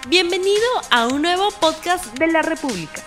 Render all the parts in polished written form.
Bienvenido a un nuevo podcast de La República.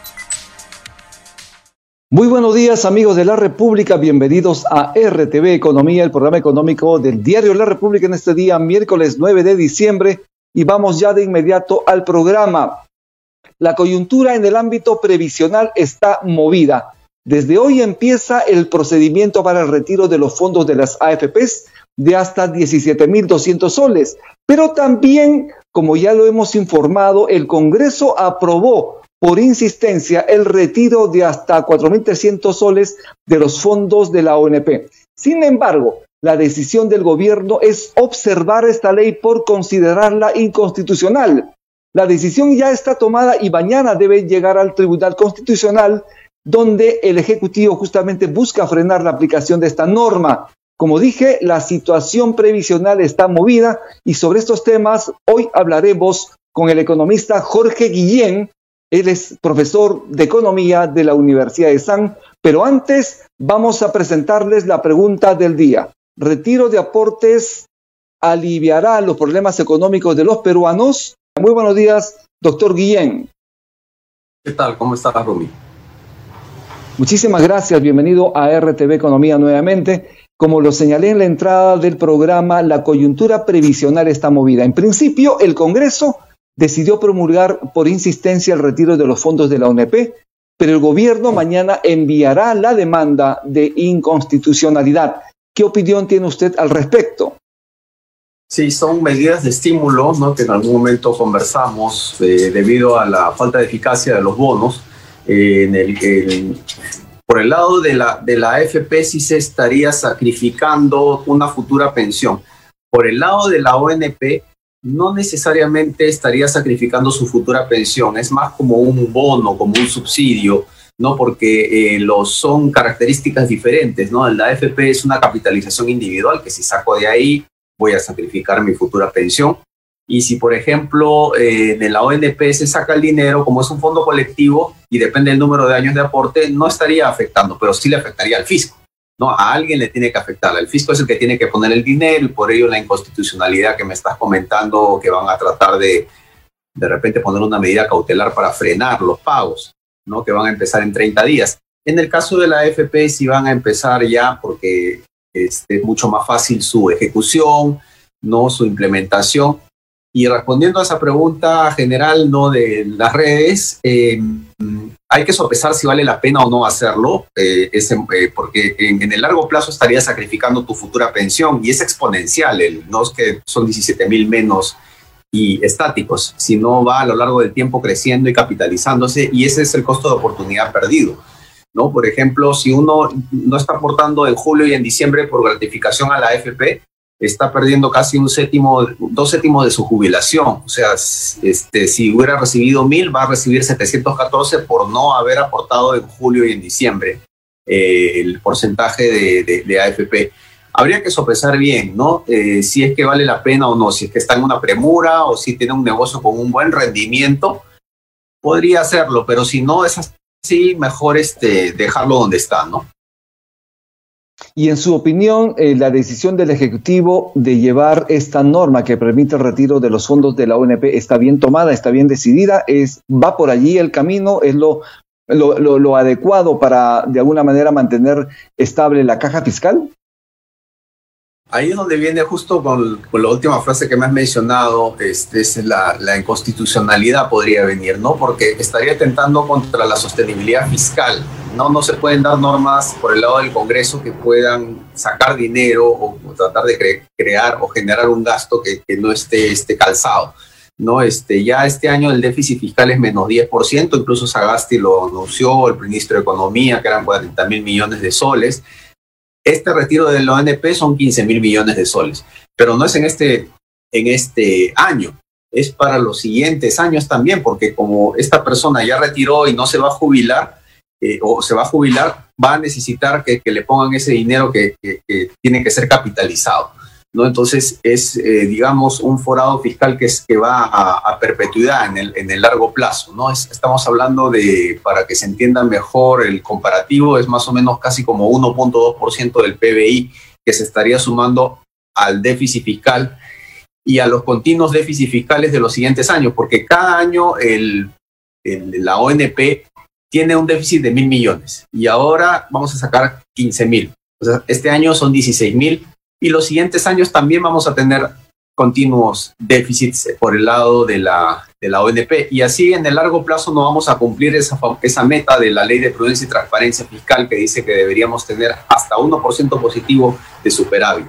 Muy buenos días, amigos de La República, bienvenidos a RTV Economía, el programa económico del diario La República en este día, miércoles 9 de diciembre, y vamos ya de inmediato al programa. La coyuntura en el ámbito previsional está movida. Desde hoy empieza el procedimiento para el retiro de los fondos de las AFPs de hasta 17.200 soles, pero también, como ya lo hemos informado, el Congreso aprobó por insistencia el retiro de hasta 4.300 soles de los fondos de la ONP. Sin embargo, la decisión del gobierno es observar esta ley por considerarla inconstitucional. La decisión ya está tomada y mañana debe llegar al Tribunal Constitucional, donde el Ejecutivo justamente busca frenar la aplicación de esta norma. Como dije, la situación previsional está movida y sobre estos temas hoy hablaremos con el economista Jorge Guillén. Él es profesor de Economía de la Universidad de San. Pero antes vamos a presentarles la pregunta del día. ¿Retiro de aportes aliviará los problemas económicos de los peruanos? Muy buenos días, doctor Guillén. ¿Qué tal? ¿Cómo estás, Rumi? Muchísimas gracias. Bienvenido a RTV Economía nuevamente. Como lo señalé en la entrada del programa, la coyuntura previsional está movida. En principio, el Congreso decidió promulgar por insistencia el retiro de los fondos de la ONP, pero el gobierno mañana enviará la demanda de inconstitucionalidad. ¿Qué opinión tiene usted al respecto? Sí, son medidas de estímulo, ¿no?, que en algún momento conversamos debido a la falta de eficacia de los bonos. Por el lado de la AFP sí se estaría sacrificando una futura pensión. Por el lado de la ONP no necesariamente estaría sacrificando su futura pensión, es más como un bono, como un subsidio, ¿no? Porque son características diferentes, ¿no? La AFP es una capitalización individual que si saco de ahí voy a sacrificar mi futura pensión. Y si, por ejemplo, de la ONP se saca el dinero, como es un fondo colectivo y depende del número de años de aporte, no estaría afectando, pero sí le afectaría al fisco, ¿no? A alguien le tiene que afectar. El fisco es el que tiene que poner el dinero y por ello la inconstitucionalidad que me estás comentando, que van a tratar de repente poner una medida cautelar para frenar los pagos, ¿no?, que van a empezar en 30 días. En el caso de la AFP sí van a empezar ya porque es mucho más fácil su ejecución, ¿no?, su implementación. Y respondiendo a esa pregunta general, ¿no?, de las redes, hay que sopesar si vale la pena o no hacerlo, porque en el largo plazo estarías sacrificando tu futura pensión y es exponencial, no es que son 17.000 menos y estáticos, sino va a lo largo del tiempo creciendo y capitalizándose y ese es el costo de oportunidad perdido, ¿no? Por ejemplo, si uno no está aportando en julio y en diciembre por gratificación a la AFP, está perdiendo casi 2/7 de su jubilación. O sea, si hubiera recibido 1.000, va a recibir 714 por no haber aportado en julio y en diciembre el porcentaje de AFP. Habría que sopesar bien, ¿no? Si es que vale la pena o no, si es que está en una premura o si tiene un negocio con un buen rendimiento, podría hacerlo, pero si no es así, mejor dejarlo donde está, ¿no? Y en su opinión, la decisión del Ejecutivo de llevar esta norma que permite el retiro de los fondos de la ONP está bien tomada, está bien decidida, va por allí el camino, es lo adecuado para de alguna manera mantener estable la caja fiscal. Ahí es donde viene justo con la última frase que me has mencionado, es la inconstitucionalidad podría venir, ¿no? Porque estaría tentando contra la sostenibilidad fiscal. No se pueden dar normas por el lado del Congreso que puedan sacar dinero o tratar de crear o generar un gasto que no esté calzado, ¿no? Ya este año el déficit fiscal es menos 10%, incluso Sagasti lo anunció, el ministro de Economía, que eran 40.000 millones de soles. Este retiro de la ONP son 15.000 millones de soles, pero no es en este año, es para los siguientes años también, porque como esta persona ya retiró y no se va a jubilar, o se va a jubilar, va a necesitar que le pongan ese dinero que tiene que ser capitalizado, ¿no? Entonces es, digamos, un forado fiscal que va a perpetuidad en el largo plazo, ¿no? Estamos hablando para que se entienda mejor el comparativo, es más o menos casi como 1.2% del PBI que se estaría sumando al déficit fiscal y a los continuos déficits fiscales de los siguientes años, porque cada año la ONP tiene un déficit de 1.000 millones y ahora vamos a sacar 15.000. O sea, este año son 16.000 y los siguientes años también vamos a tener continuos déficits por el lado de la ONP, y así en el largo plazo no vamos a cumplir esa meta de la Ley de Prudencia y Transparencia Fiscal, que dice que deberíamos tener hasta 1% positivo de superávit.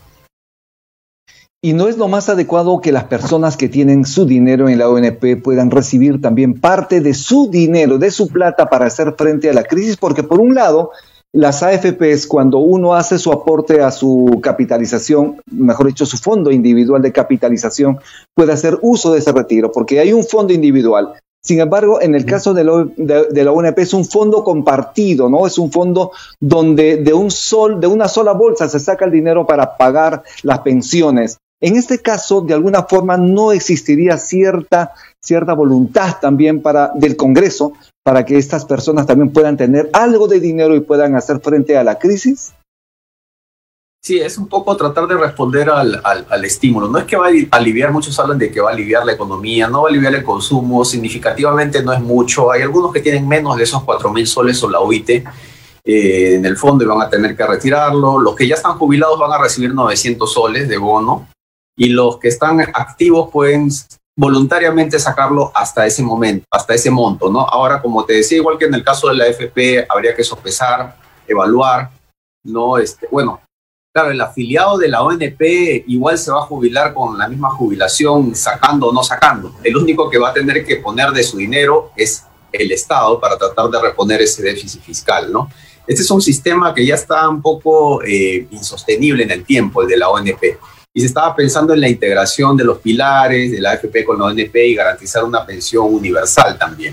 ¿Y no es lo más adecuado que las personas que tienen su dinero en la ONP puedan recibir también parte de su dinero, de su plata, para hacer frente a la crisis? Porque por un lado, las AFPs, cuando uno hace su aporte a su capitalización, mejor dicho, su fondo individual de capitalización, puede hacer uso de ese retiro, porque hay un fondo individual. Sin embargo, en el caso de la ONP es un fondo compartido, ¿no? Es un fondo donde de una sola bolsa se saca el dinero para pagar las pensiones. En este caso, de alguna forma, no existiría cierta voluntad también del Congreso para que estas personas también puedan tener algo de dinero y puedan hacer frente a la crisis. Sí, es un poco tratar de responder al estímulo. No es que va a aliviar, muchos hablan de que va a aliviar la economía, no va a aliviar el consumo, significativamente no es mucho. Hay algunos que tienen menos de esos 4.000 soles o la OIT en el fondo y van a tener que retirarlo. Los que ya están jubilados van a recibir 900 soles de bono y los que están activos pueden voluntariamente sacarlo hasta ese momento, hasta ese monto, ¿no? Ahora, como te decía, igual que en el caso de la AFP, habría que sopesar, evaluar, ¿no? Bueno, claro, el afiliado de la ONP igual se va a jubilar con la misma jubilación, sacando o no sacando. El único que va a tener que poner de su dinero es el Estado para tratar de reponer ese déficit fiscal, ¿no? Este es un sistema que ya está un poco insostenible en el tiempo, el de la ONP. Y se estaba pensando en la integración de los pilares de la AFP con la ONP y garantizar una pensión universal también.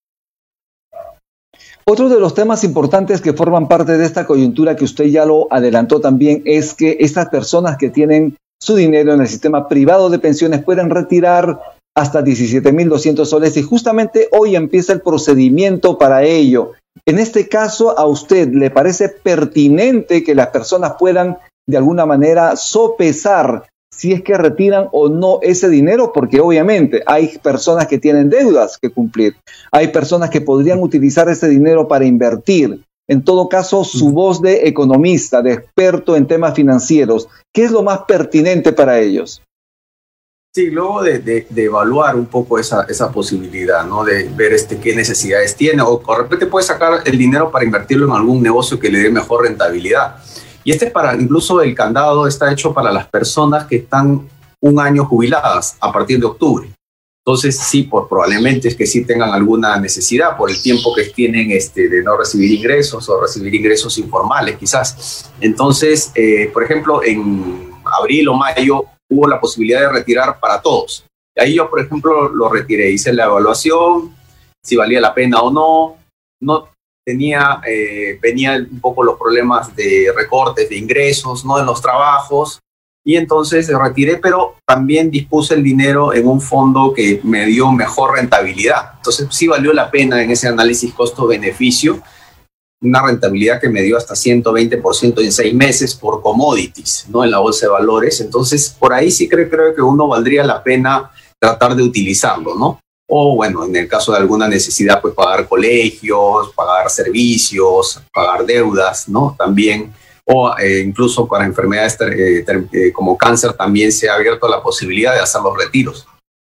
Otro de los temas importantes que forman parte de esta coyuntura, que usted ya lo adelantó también, es que estas personas que tienen su dinero en el sistema privado de pensiones pueden retirar hasta 17.200 soles y justamente hoy empieza el procedimiento para ello. En este caso, ¿a usted le parece pertinente que las personas puedan de alguna manera sopesar si es que retiran o no ese dinero? Porque obviamente hay personas que tienen deudas que cumplir, hay personas que podrían utilizar ese dinero para invertir. En todo caso, su voz de economista, de experto en temas financieros, ¿qué es lo más pertinente para ellos? Sí, luego de evaluar un poco esa posibilidad, ¿no? De ver qué necesidades tiene, o de repente puede sacar el dinero para invertirlo en algún negocio que le dé mejor rentabilidad. Y incluso el candado está hecho para las personas que están un año jubiladas a partir de octubre. Entonces, sí, probablemente es que sí tengan alguna necesidad por el tiempo que tienen de no recibir ingresos o recibir ingresos informales, quizás. Entonces, por ejemplo, en abril o mayo hubo la posibilidad de retirar para todos. Ahí yo, por ejemplo, lo retiré, hice la evaluación, si valía la pena o no. No venían un poco los problemas de recortes de ingresos, no en los trabajos, y entonces retiré, pero también dispuse el dinero en un fondo que me dio mejor rentabilidad. Entonces sí valió la pena en ese análisis costo-beneficio, una rentabilidad que me dio hasta 120% en 6 meses por commodities, ¿no? En la bolsa de valores. Entonces por ahí sí creo que uno valdría la pena tratar de utilizarlo, ¿no? O bueno, en el caso de alguna necesidad, pues pagar colegios, pagar servicios, pagar deudas, ¿no? También, o incluso para enfermedades como cáncer también se ha abierto la posibilidad de hacer los retiros.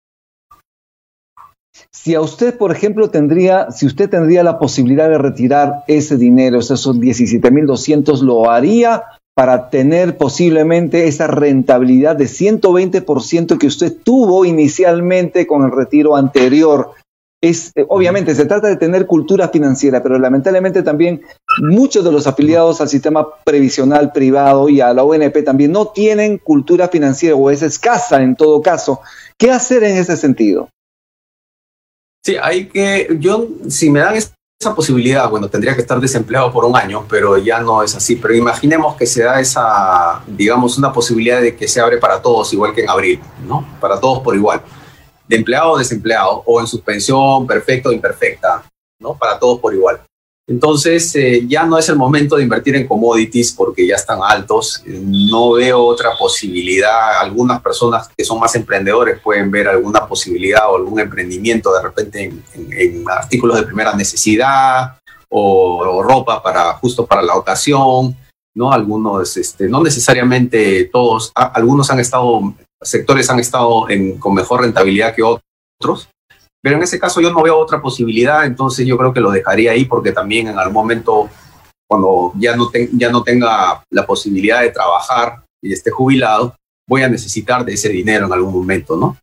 Si a usted, por ejemplo, si usted tendría la posibilidad de retirar ese dinero, esos 17.200, ¿lo haría para tener posiblemente esa rentabilidad de 120% que usted tuvo inicialmente con el retiro anterior? Obviamente se trata de tener cultura financiera, pero lamentablemente también muchos de los afiliados al sistema previsional privado y a la ONP también no tienen cultura financiera, o es escasa en todo caso. ¿Qué hacer en ese sentido? Sí, si me dan esa posibilidad, bueno, tendría que estar desempleado por un año, pero ya no es así. Pero imaginemos que se da esa, digamos, una posibilidad de que se abre para todos, igual que en abril, ¿no? Para todos por igual. De empleado o desempleado, o en suspensión, perfecta o imperfecta, ¿no? Para todos por igual. Entonces, ya no es el momento de invertir en commodities porque ya están altos. No veo otra posibilidad. Algunas personas que son más emprendedores pueden ver alguna posibilidad o algún emprendimiento de repente en artículos de primera necesidad o ropa justo para la ocasión, ¿no? Algunos, no necesariamente todos, algunos sectores han estado con mejor rentabilidad que otros. Pero en ese caso yo no veo otra posibilidad, entonces yo creo que lo dejaría ahí porque también en algún momento, cuando ya no tenga la posibilidad de trabajar y esté jubilado, voy a necesitar de ese dinero en algún momento, ¿no?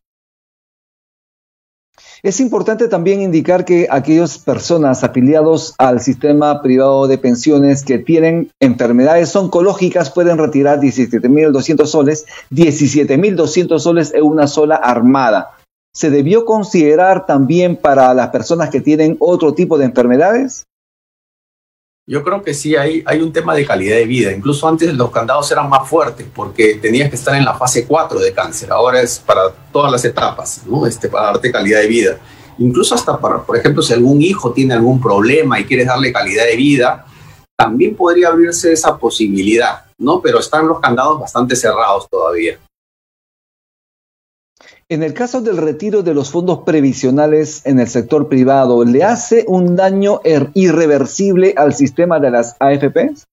Es importante también indicar que aquellas personas afiliados al sistema privado de pensiones que tienen enfermedades oncológicas pueden retirar 17.200 soles, 17.200 soles en una sola armada. ¿Se debió considerar también para las personas que tienen otro tipo de enfermedades? Yo creo que sí, hay un tema de calidad de vida. Incluso antes los candados eran más fuertes porque tenías que estar en la fase 4 de cáncer. Ahora es para todas las etapas, ¿no? Para darte calidad de vida. Incluso hasta para, por ejemplo, si algún hijo tiene algún problema y quieres darle calidad de vida, también podría abrirse esa posibilidad, ¿no? Pero están los candados bastante cerrados todavía. En el caso del retiro de los fondos previsionales en el sector privado, ¿le hace un daño irreversible al sistema de las AFPs?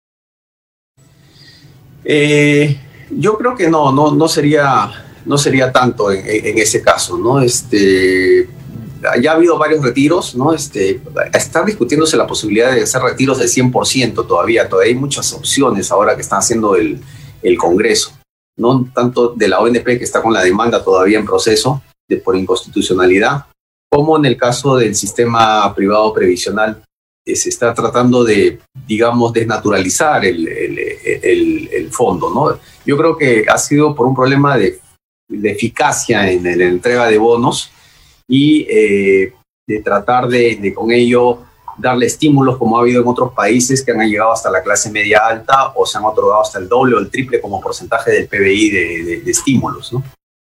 Yo creo que no sería tanto en ese caso, ¿no? Ya ha habido varios retiros, ¿no? Está discutiéndose la posibilidad de hacer retiros del 100% todavía hay muchas opciones ahora que están haciendo el Congreso. No tanto de la ONP, que está con la demanda todavía en proceso por inconstitucionalidad, como en el caso del sistema privado previsional, se está tratando de, digamos, desnaturalizar el fondo, ¿no? Yo creo que ha sido por un problema de eficacia en la entrega de bonos y de tratar de con ello darle estímulos como ha habido en otros países que han llegado hasta la clase media alta o se han otorgado hasta el doble o el triple como porcentaje del PBI de estímulos, ¿no?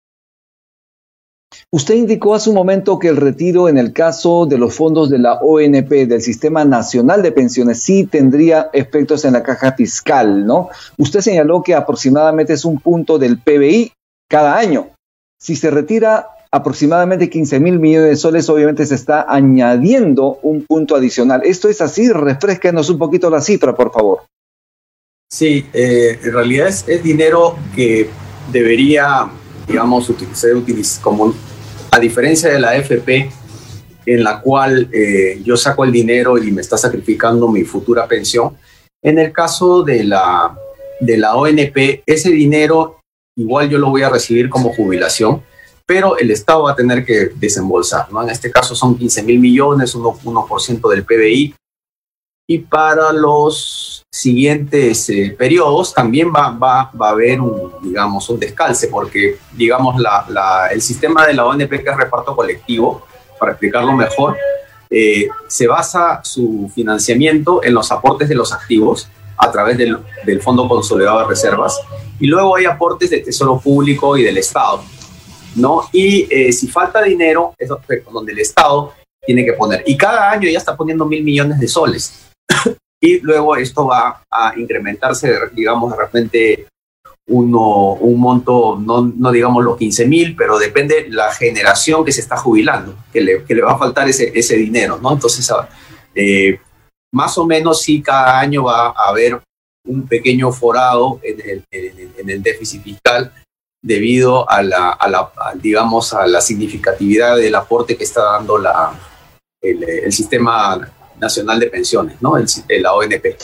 Usted indicó hace un momento que el retiro en el caso de los fondos de la ONP, del Sistema Nacional de Pensiones, sí tendría efectos en la caja fiscal, ¿no? Usted señaló que aproximadamente es un punto del PBI cada año. Si se retira aproximadamente 15.000 millones de soles, obviamente se está añadiendo un punto adicional. ¿Esto es así? Refrésquenos un poquito la cifra, por favor. Sí, en realidad es dinero que debería, digamos, ser como, a diferencia de la AFP, en la cual yo saco el dinero y me está sacrificando mi futura pensión. En el caso de la ONP, ese dinero igual yo lo voy a recibir como jubilación, pero el Estado va a tener que desembolsar, ¿no? En este caso son 15.000 millones, 1% del PBI, y para los siguientes periodos también va a haber un descalce, porque, digamos, el sistema de la ONP, que es reparto colectivo, para explicarlo mejor, se basa su financiamiento en los aportes de los activos a través del Fondo Consolidado de Reservas, y luego hay aportes de Tesoro Público y del Estado, ¿no? Y si falta dinero, es donde el Estado tiene que poner. Y cada año ya está poniendo 1.000 millones de soles. Y luego esto va a incrementarse, digamos, de repente un monto, no digamos los 15.000, pero depende la generación que se está jubilando, que le va a faltar ese dinero, ¿no? Entonces, más o menos sí, cada año va a haber un pequeño forado en el déficit fiscal, debido a la significatividad del aporte que está dando el Sistema Nacional de Pensiones, ¿no? La ONP.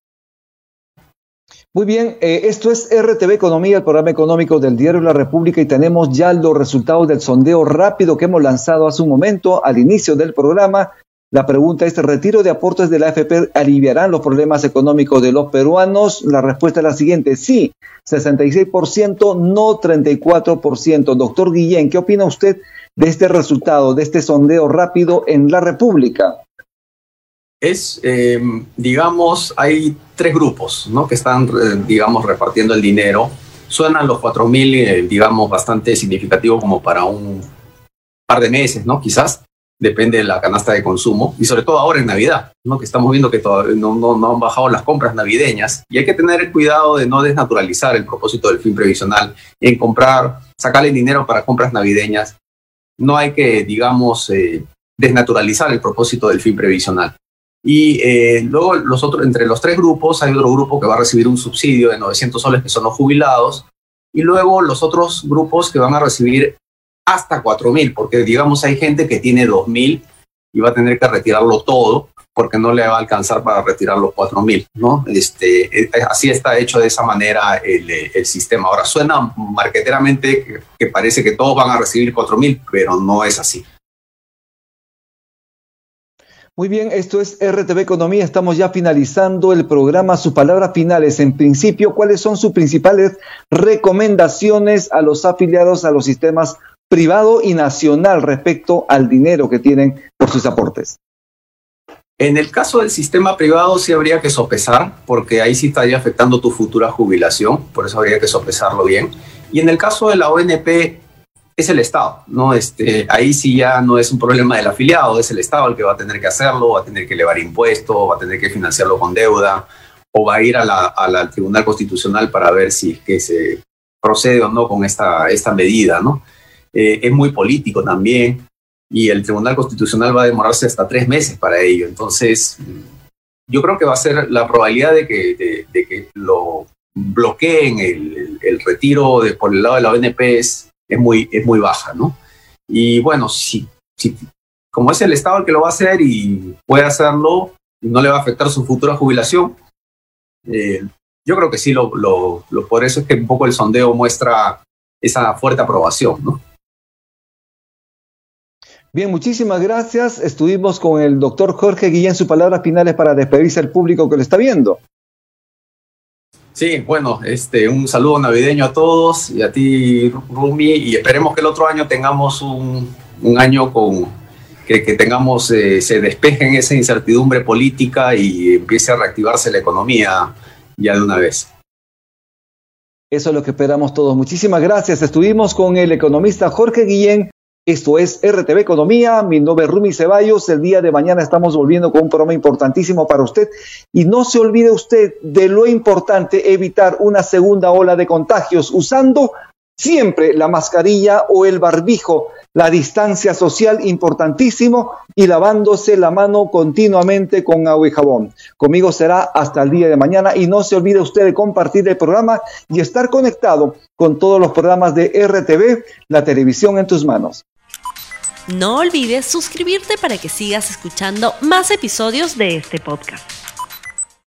Muy bien, esto es RTV Economía, el programa económico del Diario La República, y tenemos ya los resultados del sondeo rápido que hemos lanzado hace un momento al inicio del programa. La pregunta es: ¿retiro de aportes de la AFP aliviarán los problemas económicos de los peruanos? La respuesta es la siguiente: sí, 66%, no 34%. Doctor Guillén, ¿qué opina usted de este resultado, de este sondeo rápido en La República? Digamos, hay tres grupos, ¿no?, que están, repartiendo el dinero. Suenan los 4.000, digamos, bastante significativo como para un par de meses, ¿no?, quizás. depende de la canasta de consumo, y sobre todo ahora en Navidad, ¿no? Que estamos viendo que todavía no han bajado las compras navideñas, y hay que tener el cuidado de no desnaturalizar el propósito del fin previsional, en sacarle dinero para compras navideñas. No hay que, digamos, desnaturalizar el propósito del fin previsional. Y luego entre los 3 grupos hay otro grupo que va a recibir un subsidio de 900 soles, que son los jubilados, y luego los otros grupos que van a recibir hasta 4.000, porque digamos hay gente que tiene 2.000 y va a tener que retirarlo todo porque no le va a alcanzar para retirar los 4.000, ¿no? Así está hecho de esa manera el sistema. Ahora suena marqueteramente que parece que todos van a recibir 4.000, pero no es así. Muy bien, esto es RTV Economía. Estamos ya finalizando el programa. Sus palabras finales. En principio, ¿cuáles son sus principales recomendaciones a los afiliados a los sistemas privado y nacional respecto al dinero que tienen por sus aportes? En el caso del sistema privado sí habría que sopesar, porque ahí sí estaría afectando tu futura jubilación, por eso habría que sopesarlo bien. Y en el caso de la ONP es el Estado, ¿no? Ahí sí ya no es un problema del afiliado, es el Estado el que va a tener que hacerlo, va a tener que elevar impuestos, va a tener que financiarlo con deuda, o va a ir al Tribunal Constitucional para ver si es que se procede o no con esta medida, ¿no? Es muy político también, y el Tribunal Constitucional va a demorarse hasta 3 meses para ello. Entonces, yo creo que va a ser la probabilidad de que lo bloqueen el retiro por el lado de la ONP es muy baja, ¿no? Y bueno, si como es el Estado el que lo va a hacer y puede hacerlo, y no le va a afectar su futura jubilación, yo creo que sí, por eso es que un poco el sondeo muestra esa fuerte aprobación, ¿no? Bien, muchísimas gracias. Estuvimos con el doctor Jorge Guillén. Sus palabras finales para despedirse al público que lo está viendo. Sí, bueno, un saludo navideño a todos y a ti, Rumi, y esperemos que el otro año tengamos un año que tengamos, se despejen esa incertidumbre política y empiece a reactivarse la economía ya de una vez. Eso es lo que esperamos todos. Muchísimas gracias. Estuvimos con el economista Jorge Guillén. Esto es RTV Economía, mi nombre es Rumi Ceballos. El día de mañana estamos volviendo con un programa importantísimo para usted. Y no se olvide usted de lo importante, evitar una segunda ola de contagios usando siempre la mascarilla o el barbijo, la distancia social importantísimo y lavándose la mano continuamente con agua y jabón. Conmigo será hasta el día de mañana y no se olvide usted de compartir el programa y estar conectado con todos los programas de RTV, la televisión en tus manos. No olvides suscribirte para que sigas escuchando más episodios de este podcast.